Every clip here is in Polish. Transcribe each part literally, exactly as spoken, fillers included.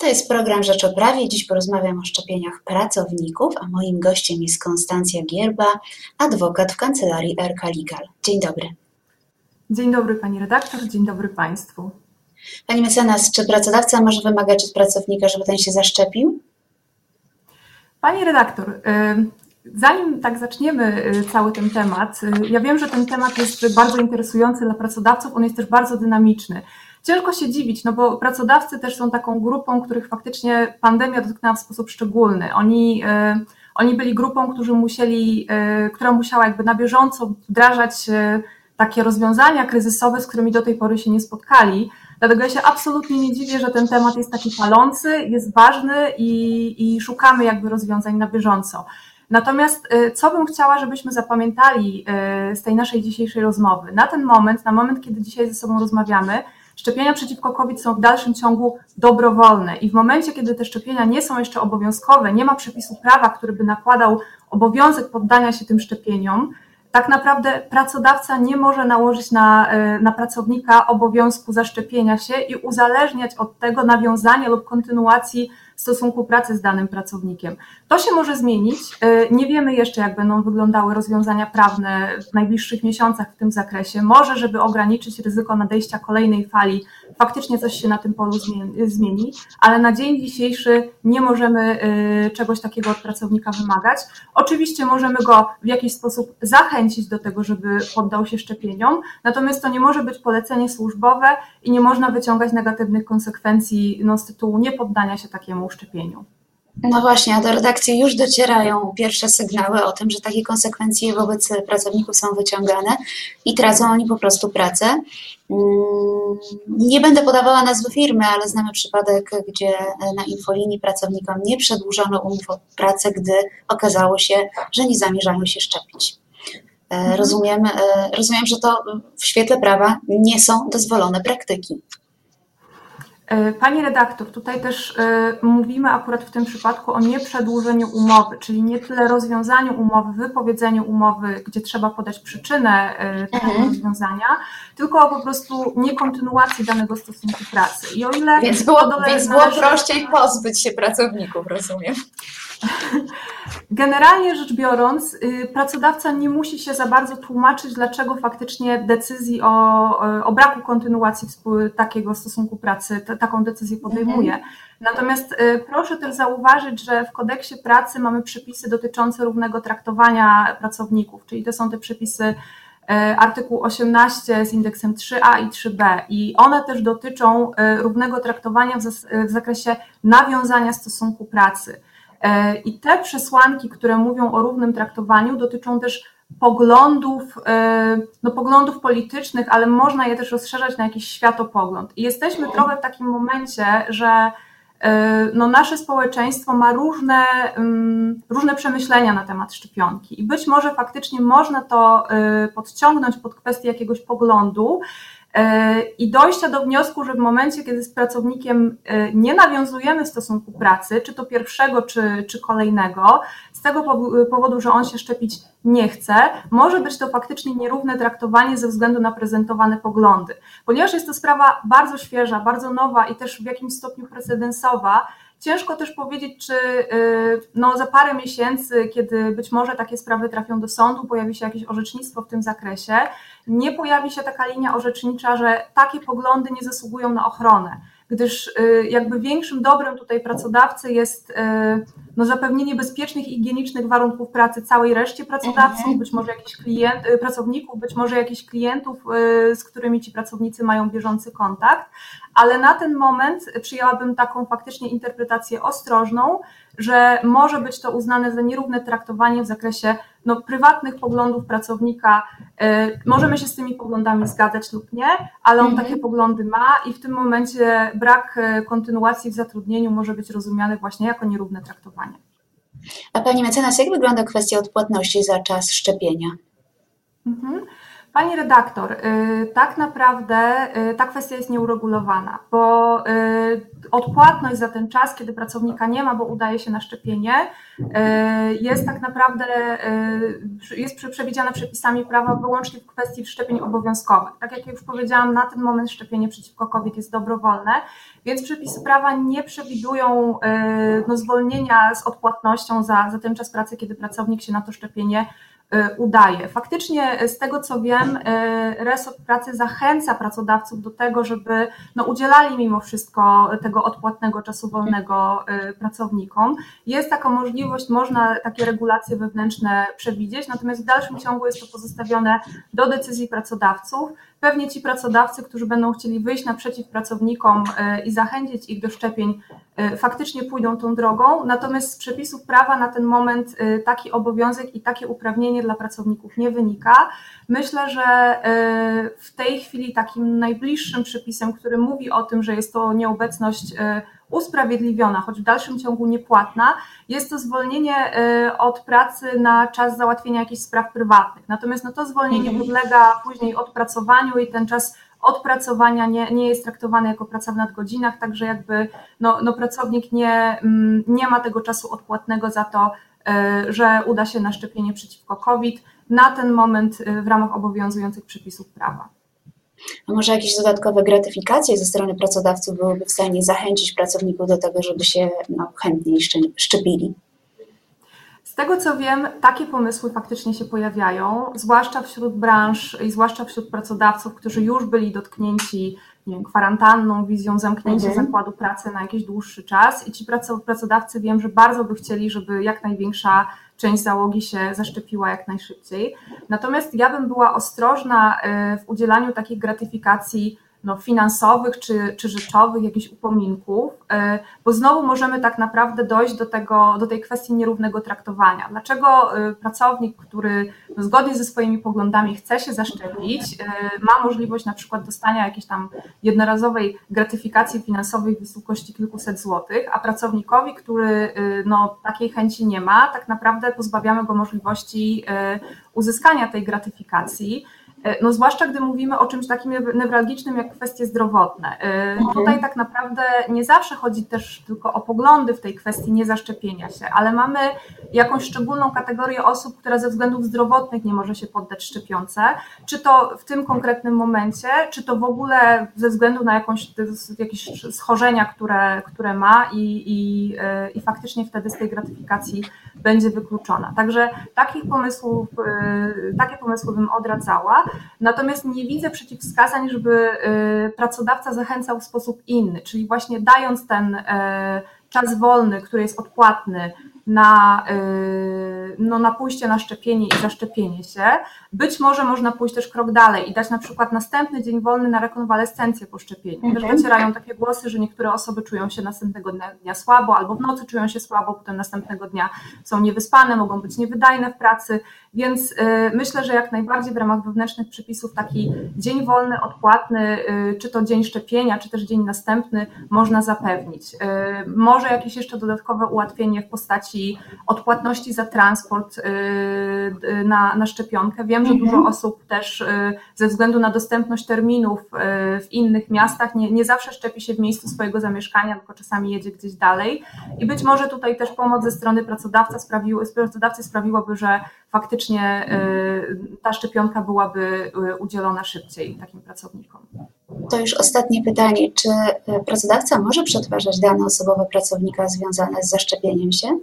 To jest program Rzecz o Prawie. Dziś porozmawiam o szczepieniach pracowników, a moim gościem jest Konstancja Gierba, adwokat w kancelarii R K Legal. Dzień dobry. Dzień dobry Pani redaktor, dzień dobry Państwu. Pani mecenas, czy pracodawca może wymagać od pracownika, żeby ten się zaszczepił? Pani redaktor, zanim tak zaczniemy cały ten temat, ja wiem, że ten temat jest bardzo interesujący dla pracodawców, on jest też bardzo dynamiczny. Ciężko się dziwić, no bo pracodawcy też są taką grupą, których faktycznie pandemia dotknęła w sposób szczególny. Oni, oni byli grupą, którzy musieli, która musiała jakby na bieżąco wdrażać takie rozwiązania kryzysowe, z którymi do tej pory się nie spotkali. Dlatego ja się absolutnie nie dziwię, że ten temat jest taki palący, jest ważny i, i szukamy jakby rozwiązań na bieżąco. Natomiast co bym chciała, żebyśmy zapamiętali z tej naszej dzisiejszej rozmowy? Na ten moment, na moment, kiedy dzisiaj ze sobą rozmawiamy, szczepienia przeciwko COVID są w dalszym ciągu dobrowolne i w momencie, kiedy te szczepienia nie są jeszcze obowiązkowe, nie ma przepisu prawa, który by nakładał obowiązek poddania się tym szczepieniom, tak naprawdę pracodawca nie może nałożyć na, na pracownika obowiązku zaszczepienia się i uzależniać od tego nawiązania lub kontynuacji stosunku pracy z danym pracownikiem. To się może zmienić. Nie wiemy jeszcze, jak będą wyglądały rozwiązania prawne w najbliższych miesiącach w tym zakresie. Może, żeby ograniczyć ryzyko nadejścia kolejnej fali, faktycznie coś się na tym polu zmieni, ale na dzień dzisiejszy nie możemy czegoś takiego od pracownika wymagać. Oczywiście możemy go w jakiś sposób zachęcić do tego, żeby poddał się szczepieniom, natomiast to nie może być polecenie służbowe i nie można wyciągać negatywnych konsekwencji no, z tytułu niepoddania się takiemu szczepieniu. No właśnie, a do redakcji już docierają pierwsze sygnały o tym, że takie konsekwencje wobec pracowników są wyciągane i tracą oni po prostu pracę. Nie będę podawała nazwy firmy, ale znamy przypadek, gdzie na infolinii pracownikom nie przedłużono umów o pracę, gdy okazało się, że nie zamierzają się szczepić. Mhm. Rozumiem, rozumiem, że to w świetle prawa nie są dozwolone praktyki. Pani redaktor, tutaj też mówimy akurat w tym przypadku o nieprzedłużeniu umowy, czyli nie tyle rozwiązaniu umowy, wypowiedzeniu umowy, gdzie trzeba podać przyczynę tego mhm. rozwiązania, tylko o po prostu niekontynuacji danego stosunku pracy. I o ile więc było, więc było należy... prościej pozbyć się pracowników, rozumiem. Generalnie rzecz biorąc, pracodawca nie musi się za bardzo tłumaczyć, dlaczego faktycznie decyzji o, o braku kontynuacji takiego stosunku pracy, t- taką decyzję podejmuje. Mhm. Natomiast proszę też zauważyć, że w kodeksie pracy mamy przepisy dotyczące równego traktowania pracowników, czyli to są te przepisy artykuł osiemnaście z indeksem trzy a i trzy b i one też dotyczą równego traktowania w, zas- w zakresie nawiązania stosunku pracy. I te przesłanki, które mówią o równym traktowaniu, dotyczą też poglądów, no poglądów politycznych, ale można je też rozszerzać na jakiś światopogląd. I jesteśmy trochę w takim momencie, że no nasze społeczeństwo ma różne, różne przemyślenia na temat szczepionki i być może faktycznie można to podciągnąć pod kwestię jakiegoś poglądu, i dojścia do wniosku, że w momencie, kiedy z pracownikiem nie nawiązujemy stosunku pracy, czy to pierwszego, czy, czy kolejnego, z tego powodu, że on się szczepić nie chce, może być to faktycznie nierówne traktowanie ze względu na prezentowane poglądy. Ponieważ jest to sprawa bardzo świeża, bardzo nowa i też w jakimś stopniu precedensowa, ciężko też powiedzieć, czy no, za parę miesięcy, kiedy być może takie sprawy trafią do sądu, pojawi się jakieś orzecznictwo w tym zakresie, nie pojawi się taka linia orzecznicza, że takie poglądy nie zasługują na ochronę, gdyż jakby większym dobrem tutaj pracodawcy jest no, zapewnienie bezpiecznych i higienicznych warunków pracy całej reszcie pracodawców, być może jakichś klient, pracowników, być może jakichś klientów, z którymi ci pracownicy mają bieżący kontakt, ale na ten moment przyjęłabym taką faktycznie interpretację ostrożną, że może być to uznane za nierówne traktowanie w zakresie no, prywatnych poglądów pracownika. Możemy się z tymi poglądami zgadzać lub nie, ale on mhm. takie poglądy ma i w tym momencie brak kontynuacji w zatrudnieniu może być rozumiany właśnie jako nierówne traktowanie. A pani mecenas, jak wygląda kwestia odpłatności za czas szczepienia? Mhm. Pani redaktor, tak naprawdę ta kwestia jest nieuregulowana, bo odpłatność za ten czas, kiedy pracownika nie ma, bo udaje się na szczepienie, jest tak naprawdę jest przewidziana przepisami prawa wyłącznie w kwestii szczepień obowiązkowych. Tak jak już powiedziałam, na ten moment szczepienie przeciwko COVID jest dobrowolne, więc przepisy prawa nie przewidują no, zwolnienia z odpłatnością za, za ten czas pracy, kiedy pracownik się na to szczepienie udaje. Faktycznie z tego co wiem, resort pracy zachęca pracodawców do tego, żeby no, udzielali mimo wszystko tego odpłatnego czasu wolnego pracownikom. Jest taka możliwość, można takie regulacje wewnętrzne przewidzieć, natomiast w dalszym ciągu jest to pozostawione do decyzji pracodawców. Pewnie ci pracodawcy, którzy będą chcieli wyjść naprzeciw pracownikom i zachęcić ich do szczepień, faktycznie pójdą tą drogą, natomiast z przepisów prawa na ten moment taki obowiązek i takie uprawnienie dla pracowników nie wynika. Myślę, że w tej chwili takim najbliższym przepisem, który mówi o tym, że jest to nieobecność usprawiedliwiona, choć w dalszym ciągu niepłatna, jest to zwolnienie od pracy na czas załatwienia jakichś spraw prywatnych. Natomiast no to zwolnienie podlega później odpracowaniu i ten czas odpracowania nie, nie jest traktowany jako praca w nadgodzinach, także jakby no, no pracownik nie, nie ma tego czasu odpłatnego za to, że uda się na szczepienie przeciwko COVID na ten moment w ramach obowiązujących przepisów prawa. A może jakieś dodatkowe gratyfikacje ze strony pracodawców byłyby w stanie zachęcić pracowników do tego, żeby się no, chętniej szczepili? Z tego co wiem, takie pomysły faktycznie się pojawiają, zwłaszcza wśród branż i zwłaszcza wśród pracodawców, którzy już byli dotknięci nie wiem, kwarantanną, wizją zamknięcia mhm. zakładu pracy na jakiś dłuższy czas i ci pracodawcy wiem, że bardzo by chcieli, żeby jak największa część załogi się zaszczepiła jak najszybciej. Natomiast ja bym była ostrożna w udzielaniu takich gratyfikacji no, finansowych czy, czy rzeczowych, jakichś upominków, bo znowu możemy tak naprawdę dojść do tego, do tej kwestii nierównego traktowania. Dlaczego pracownik, który no, zgodnie ze swoimi poglądami chce się zaszczepić, ma możliwość na przykład dostania jakiejś tam jednorazowej gratyfikacji finansowej w wysokości kilkuset złotych, a pracownikowi, który no, takiej chęci nie ma, tak naprawdę pozbawiamy go możliwości uzyskania tej gratyfikacji. No zwłaszcza gdy mówimy o czymś takim newralgicznym jak kwestie zdrowotne. Mhm. Tutaj tak naprawdę nie zawsze chodzi też tylko o poglądy w tej kwestii niezaszczepienia się, ale mamy jakąś szczególną kategorię osób, która ze względów zdrowotnych nie może się poddać szczepionce, czy to w tym konkretnym momencie, czy to w ogóle ze względu na jakąś, jakieś schorzenia, które, które ma i, i, i faktycznie wtedy z tej gratyfikacji będzie wykluczona. Także takich pomysłów, takie pomysły bym odradzała. Natomiast nie widzę przeciwwskazań, żeby pracodawca zachęcał w sposób inny, czyli właśnie dając ten czas wolny, który jest odpłatny na, no, na pójście na szczepienie i zaszczepienie się. Być może można pójść też krok dalej i dać na przykład następny dzień wolny na rekonwalescencję po szczepieniu. Mhm. Też docierają takie głosy, że niektóre osoby czują się następnego dnia słabo albo w nocy czują się słabo, potem następnego dnia są niewyspane, mogą być niewydajne w pracy, więc myślę, że jak najbardziej w ramach wewnętrznych przepisów taki dzień wolny, odpłatny, czy to dzień szczepienia, czy też dzień następny można zapewnić. Może jakieś jeszcze dodatkowe ułatwienie w postaci odpłatności za transport na, na szczepionkę. Wiem, że dużo osób też ze względu na dostępność terminów w innych miastach nie, nie zawsze szczepi się w miejscu swojego zamieszkania, tylko czasami jedzie gdzieś dalej i być może tutaj też pomoc ze strony pracodawcy sprawiło, pracodawcy sprawiłaby, że faktycznie ta szczepionka byłaby udzielona szybciej takim pracownikom. To już ostatnie pytanie. Czy pracodawca może przetwarzać dane osobowe pracownika związane z zaszczepieniem się?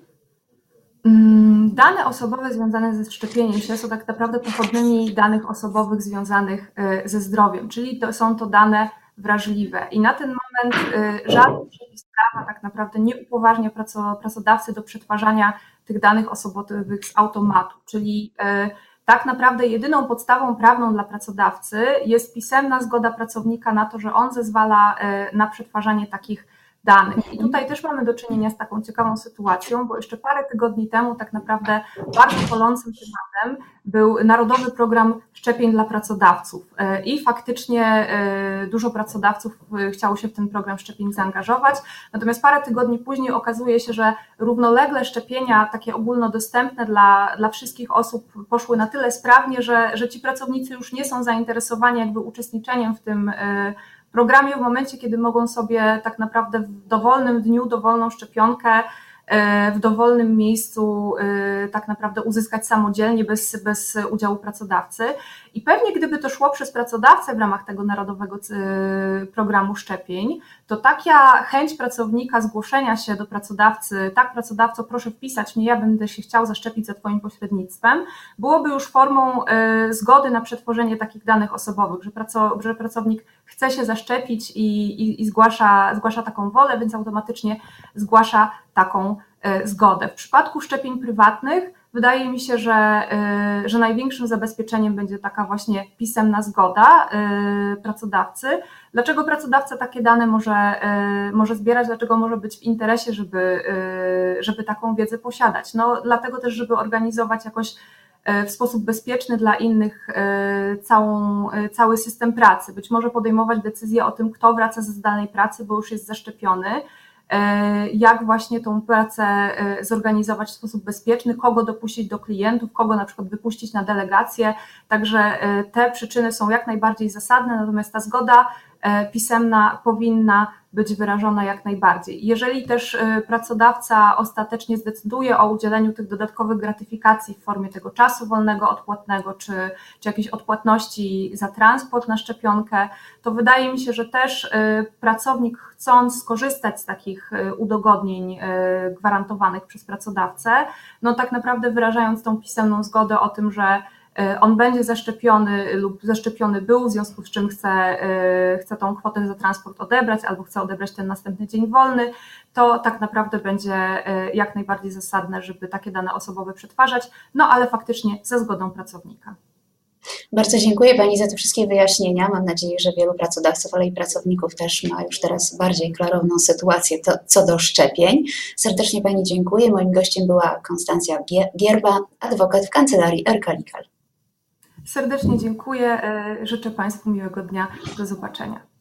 Dane osobowe związane ze szczepieniem się są tak naprawdę pochodnymi danych osobowych związanych ze zdrowiem, czyli to są to dane wrażliwe i na ten moment żaden przepis prawa tak naprawdę nie upoważnia pracodawcy do przetwarzania tych danych osobowych z automatu, czyli tak naprawdę jedyną podstawą prawną dla pracodawcy jest pisemna zgoda pracownika na to, że on zezwala na przetwarzanie takich danych. I tutaj też mamy do czynienia z taką ciekawą sytuacją, bo jeszcze parę tygodni temu tak naprawdę bardzo bolącym tematem był Narodowy Program Szczepień dla Pracodawców i faktycznie dużo pracodawców chciało się w ten program szczepień zaangażować, natomiast parę tygodni później okazuje się, że równolegle szczepienia takie ogólnodostępne dla, dla wszystkich osób poszły na tyle sprawnie, że, że ci pracownicy już nie są zainteresowani jakby uczestniczeniem w tym programie w momencie, kiedy mogą sobie tak naprawdę w dowolnym dniu dowolną szczepionkę w dowolnym miejscu tak naprawdę uzyskać samodzielnie, bez, bez udziału pracodawcy. I pewnie gdyby to szło przez pracodawcę w ramach tego narodowego programu szczepień, to taka chęć pracownika zgłoszenia się do pracodawcy, tak pracodawco, proszę wpisać mnie, ja będę się chciał zaszczepić za Twoim pośrednictwem, byłoby już formą zgody na przetworzenie takich danych osobowych, że, praco, że pracownik chce się zaszczepić i, i, i zgłasza, zgłasza taką wolę, więc automatycznie zgłasza taką zgodę. W przypadku szczepień prywatnych wydaje mi się, że, że największym zabezpieczeniem będzie taka właśnie pisemna zgoda pracodawcy. Dlaczego pracodawca takie dane może, może zbierać, dlaczego może być w interesie, żeby, żeby taką wiedzę posiadać? No, dlatego też, żeby organizować jakoś w sposób bezpieczny dla innych całą, cały system pracy. Być może podejmować decyzję o tym, kto wraca ze zdalnej pracy, bo już jest zaszczepiony, jak właśnie tą pracę zorganizować w sposób bezpieczny, kogo dopuścić do klientów, kogo na przykład wypuścić na delegację. Także te przyczyny są jak najbardziej zasadne, natomiast ta zgoda pisemna powinna być wyrażona jak najbardziej. Jeżeli też pracodawca ostatecznie zdecyduje o udzieleniu tych dodatkowych gratyfikacji w formie tego czasu wolnego odpłatnego, czy, czy jakiejś odpłatności za transport na szczepionkę, to wydaje mi się, że też pracownik, chcąc skorzystać z takich udogodnień gwarantowanych przez pracodawcę, no tak naprawdę wyrażając tą pisemną zgodę o tym, że on będzie zaszczepiony lub zaszczepiony był, w związku z czym chce, chce tą kwotę za transport odebrać albo chce odebrać ten następny dzień wolny, to tak naprawdę będzie jak najbardziej zasadne, żeby takie dane osobowe przetwarzać, no ale faktycznie za zgodą pracownika. Bardzo dziękuję Pani za te wszystkie wyjaśnienia. Mam nadzieję, że wielu pracodawców, ale i pracowników też ma już teraz bardziej klarowną sytuację to, co do szczepień. Serdecznie Pani dziękuję. Moim gościem była Konstancja Gierba, adwokat w kancelarii R K Legal. Serdecznie dziękuję. Życzę Państwu miłego dnia. Do zobaczenia.